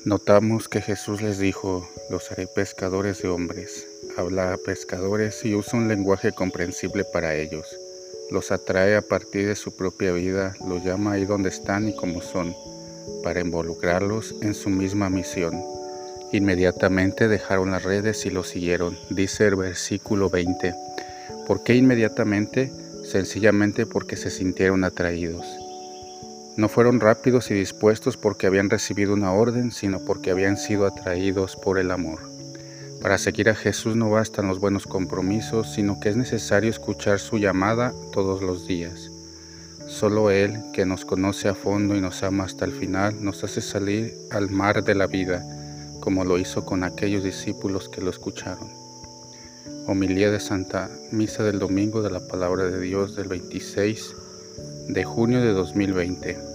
Notamos que Jesús les dijo: los haré pescadores de hombres. Habla a pescadores y usa un lenguaje comprensible para ellos. Los atrae a partir de su propia vida, los llama ahí donde están y como son, para involucrarlos en su misma misión. Inmediatamente dejaron las redes y lo siguieron, dice el versículo 20. ¿Por qué inmediatamente? Sencillamente porque se sintieron atraídos. No fueron rápidos y dispuestos porque habían recibido una orden, sino porque habían sido atraídos por el amor. Para seguir a Jesús no bastan los buenos compromisos, sino que es necesario escuchar su llamada todos los días. Solo Él, que nos conoce a fondo y nos ama hasta el final, nos hace salir al mar de la vida, como lo hizo con aquellos discípulos que lo escucharon. Homilía de Santa Misa del Domingo de la Palabra de Dios del 26 de junio de 2020.